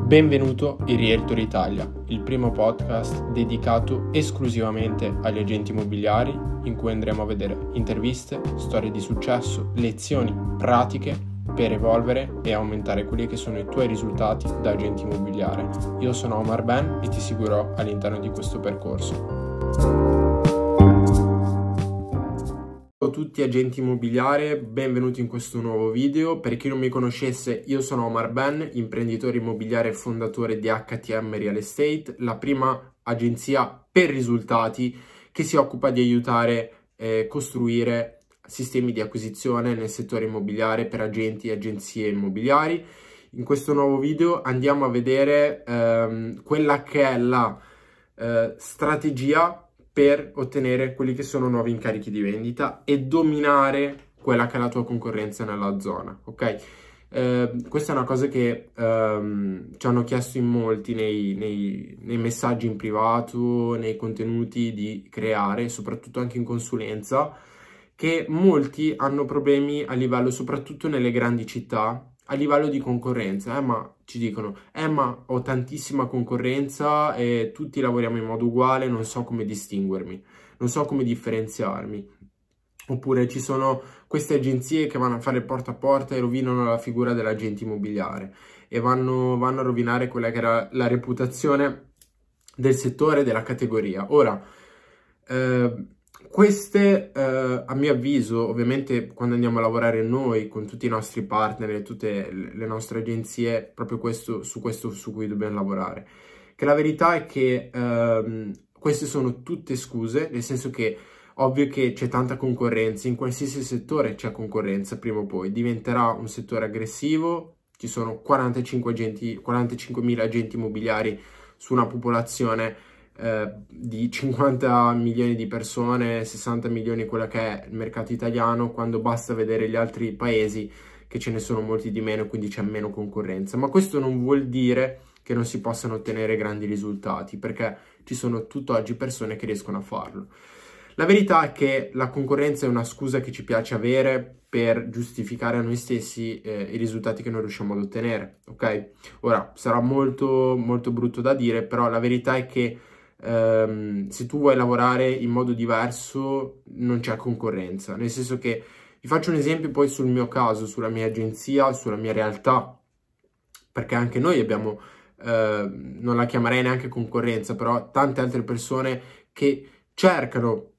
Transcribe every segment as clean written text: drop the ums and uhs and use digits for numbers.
Benvenuto in Realtor Italia, il primo podcast dedicato esclusivamente agli agenti immobiliari, in cui andremo a vedere interviste, storie di successo, lezioni pratiche per evolvere e aumentare quelli che sono i tuoi risultati da agente immobiliare. Io sono Omar Ben e ti seguirò all'interno di questo percorso. Ciao a tutti agenti immobiliari, benvenuti in questo nuovo video. Per chi non mi conoscesse, io sono Omar Ben, imprenditore immobiliare e fondatore di HTM Real Estate, la prima agenzia per risultati che si occupa di aiutare a costruire sistemi di acquisizione nel settore immobiliare per agenti e agenzie immobiliari. In questo nuovo video andiamo a vedere quella che è la strategia per ottenere quelli che sono nuovi incarichi di vendita e dominare quella che è la tua concorrenza nella zona, ok? Questa è una cosa che ci hanno chiesto in molti nei messaggi in privato, nei contenuti di creare, soprattutto anche in consulenza, che molti hanno problemi a livello, soprattutto nelle grandi città, a livello di concorrenza, ma ci dicono, ma ho tantissima concorrenza e tutti lavoriamo in modo uguale, non so come distinguermi, non so come differenziarmi. Oppure ci sono queste agenzie che vanno a fare porta a porta e rovinano la figura dell'agente immobiliare e vanno a rovinare quella che era la reputazione del settore, della categoria. Ora, queste, a mio avviso, ovviamente quando andiamo a lavorare noi con tutti i nostri partner e tutte le nostre agenzie, proprio su questo su cui dobbiamo lavorare. Che la verità è che queste sono tutte scuse, nel senso che ovvio che c'è tanta concorrenza, in qualsiasi settore c'è concorrenza, prima o poi diventerà un settore aggressivo, ci sono 45.000 agenti immobiliari su una popolazione di 50 milioni di persone, 60 milioni quella che è il mercato italiano, quando basta vedere gli altri paesi che ce ne sono molti di meno, quindi c'è meno concorrenza. Ma questo non vuol dire che non si possano ottenere grandi risultati, perché ci sono tutt'oggi persone che riescono a farlo. La verità è che la concorrenza è una scusa che ci piace avere per giustificare a noi stessi i risultati che non riusciamo ad ottenere, ok? Ora, sarà molto, molto brutto da dire, però la verità è che se tu vuoi lavorare in modo diverso non c'è concorrenza, nel senso che vi faccio un esempio poi sul mio caso, sulla mia agenzia, sulla mia realtà, perché anche noi abbiamo, non la chiamerei neanche concorrenza, però tante altre persone che cercano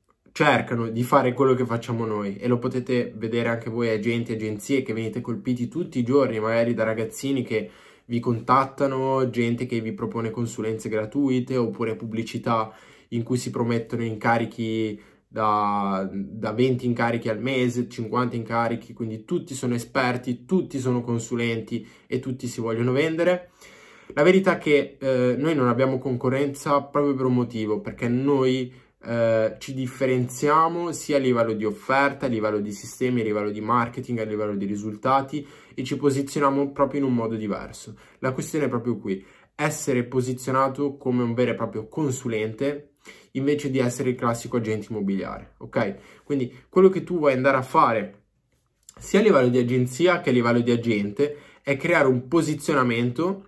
di fare quello che facciamo noi, e lo potete vedere anche voi agenti, agenzie che venite colpiti tutti i giorni magari da ragazzini che vi contattano, gente che vi propone consulenze gratuite oppure pubblicità in cui si promettono incarichi da 20 incarichi al mese, 50 incarichi, quindi tutti sono esperti, tutti sono consulenti e tutti si vogliono vendere. La verità è che noi non abbiamo concorrenza proprio per un motivo, perché noi ci differenziamo sia a livello di offerta, a livello di sistemi, a livello di marketing, a livello di risultati, e ci posizioniamo proprio in un modo diverso. La questione è proprio qui, essere posizionato come un vero e proprio consulente invece di essere il classico agente immobiliare, ok? Quindi quello che tu vuoi andare a fare sia a livello di agenzia che a livello di agente è creare un posizionamento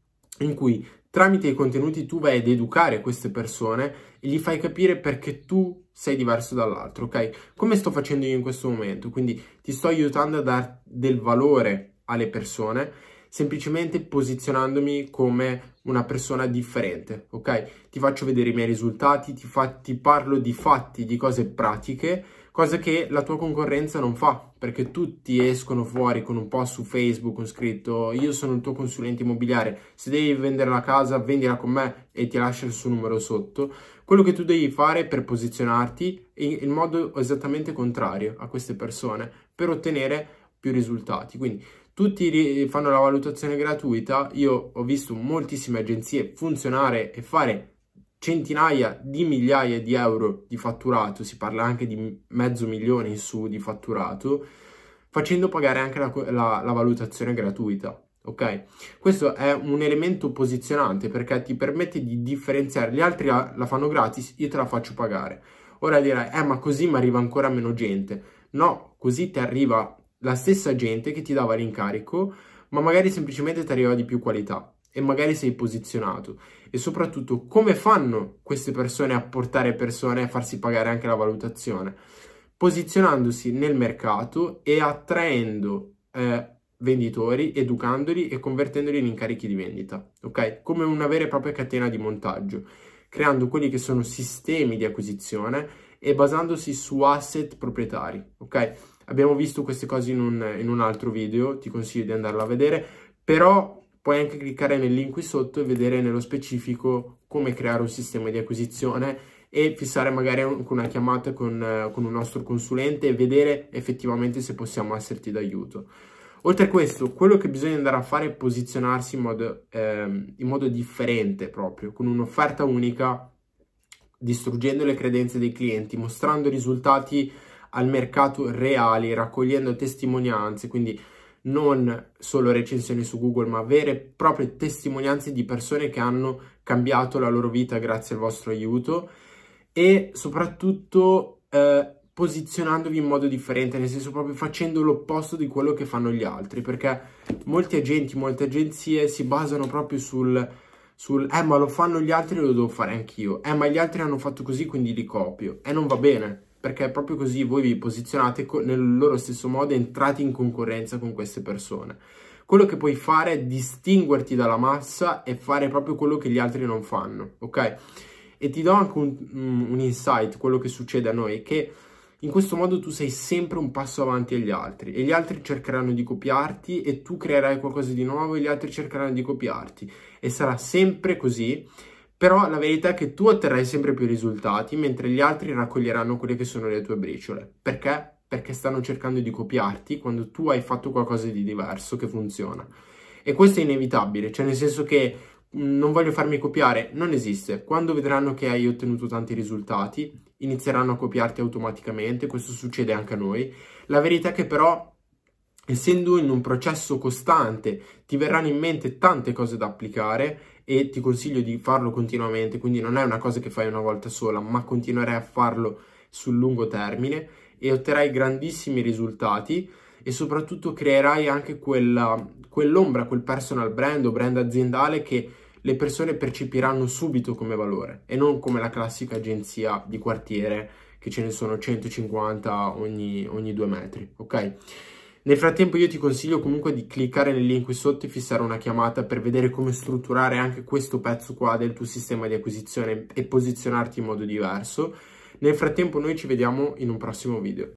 in cui tramite i contenuti tu vai ad educare queste persone e gli fai capire perché tu sei diverso dall'altro, ok? Come sto facendo io in questo momento, quindi ti sto aiutando a dare del valore alle persone, semplicemente posizionandomi come una persona differente, ok? Ti faccio vedere i miei risultati, ti parlo di fatti, di cose pratiche, cosa che la tua concorrenza non fa, perché tutti escono fuori con un post su Facebook con scritto io sono il tuo consulente immobiliare, se devi vendere la casa vendila con me e ti lascia il suo numero sotto. Quello che tu devi fare per posizionarti in modo esattamente contrario a queste persone per ottenere più risultati. Quindi tutti fanno la valutazione gratuita, io ho visto moltissime agenzie funzionare e fare centinaia di migliaia di euro di fatturato, si parla anche di $500,000 in su di fatturato, facendo pagare anche la valutazione gratuita, ok? Questo è un elemento posizionante perché ti permette di differenziare, gli altri la fanno gratis, io te la faccio pagare. Ora dirai, ma così mi arriva ancora meno gente. No, così ti arriva la stessa gente che ti dava l'incarico, ma magari semplicemente ti arriva di più qualità. e magari sei posizionato, e soprattutto come fanno queste persone a portare persone a farsi pagare anche la valutazione, posizionandosi nel mercato e attraendo venditori, educandoli e convertendoli in incarichi di vendita, ok? Come una vera e propria catena di montaggio, creando quelli che sono sistemi di acquisizione e basandosi su asset proprietari, ok? Abbiamo visto queste cose in un altro video, ti consiglio di andarlo a vedere, però puoi anche cliccare nel link qui sotto e vedere nello specifico come creare un sistema di acquisizione e fissare magari una chiamata con un nostro consulente e vedere effettivamente se possiamo esserti d'aiuto. Oltre a questo, quello che bisogna andare a fare è posizionarsi in modo differente proprio, con un'offerta unica, distruggendo le credenze dei clienti, mostrando risultati al mercato reali, raccogliendo testimonianze, quindi non solo recensioni su Google, ma vere e proprie testimonianze di persone che hanno cambiato la loro vita grazie al vostro aiuto, e soprattutto posizionandovi in modo differente, nel senso proprio facendo l'opposto di quello che fanno gli altri, perché molti agenti, molte agenzie si basano proprio sul ma lo fanno gli altri, lo devo fare anch'io, ma gli altri hanno fatto così, quindi li copio, e non va bene, perché è proprio così voi vi posizionate nel loro stesso modo e entrate in concorrenza con queste persone. Quello che puoi fare è distinguerti dalla massa e fare proprio quello che gli altri non fanno, ok? E ti do anche un insight, quello che succede a noi, che in questo modo tu sei sempre un passo avanti agli altri e gli altri cercheranno di copiarti e tu creerai qualcosa di nuovo e gli altri cercheranno di copiarti, e sarà sempre così. Però la verità è che tu otterrai sempre più risultati, mentre gli altri raccoglieranno quelle che sono le tue briciole. Perché? Perché stanno cercando di copiarti quando tu hai fatto qualcosa di diverso che funziona. E questo è inevitabile, cioè nel senso che non voglio farmi copiare, non esiste. Quando vedranno che hai ottenuto tanti risultati, inizieranno a copiarti automaticamente, questo succede anche a noi. La verità è che però, essendo in un processo costante, ti verranno in mente tante cose da applicare e ti consiglio di farlo continuamente, quindi non è una cosa che fai una volta sola, ma continuerai a farlo sul lungo termine e otterrai grandissimi risultati, e soprattutto creerai anche quell'ombra, quel personal brand o brand aziendale che le persone percepiranno subito come valore e non come la classica agenzia di quartiere che ce ne sono 150 ogni 2 metri, ok? Nel frattempo io ti consiglio comunque di cliccare nel link qui sotto e fissare una chiamata per vedere come strutturare anche questo pezzo qua del tuo sistema di acquisizione e posizionarti in modo diverso. Nel frattempo noi ci vediamo in un prossimo video.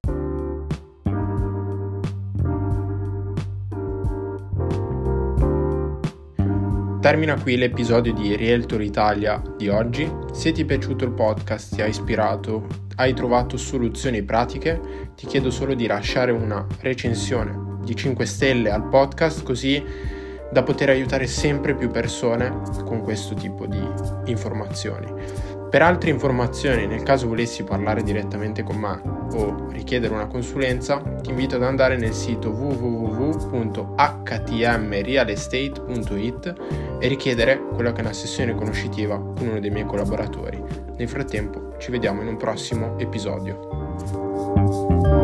Termina qui l'episodio di Realtor Italia di oggi. Se ti è piaciuto il podcast, ti ha ispirato, hai trovato soluzioni pratiche, ti chiedo solo di lasciare una recensione di 5 stelle al podcast, così da poter aiutare sempre più persone con questo tipo di informazioni. Per altre informazioni, nel caso volessi parlare direttamente con me o richiedere una consulenza, ti invito ad andare nel sito www.htmrealestate.it e richiedere quella che è una sessione conoscitiva con uno dei miei collaboratori. Nel frattempo ci vediamo in un prossimo episodio.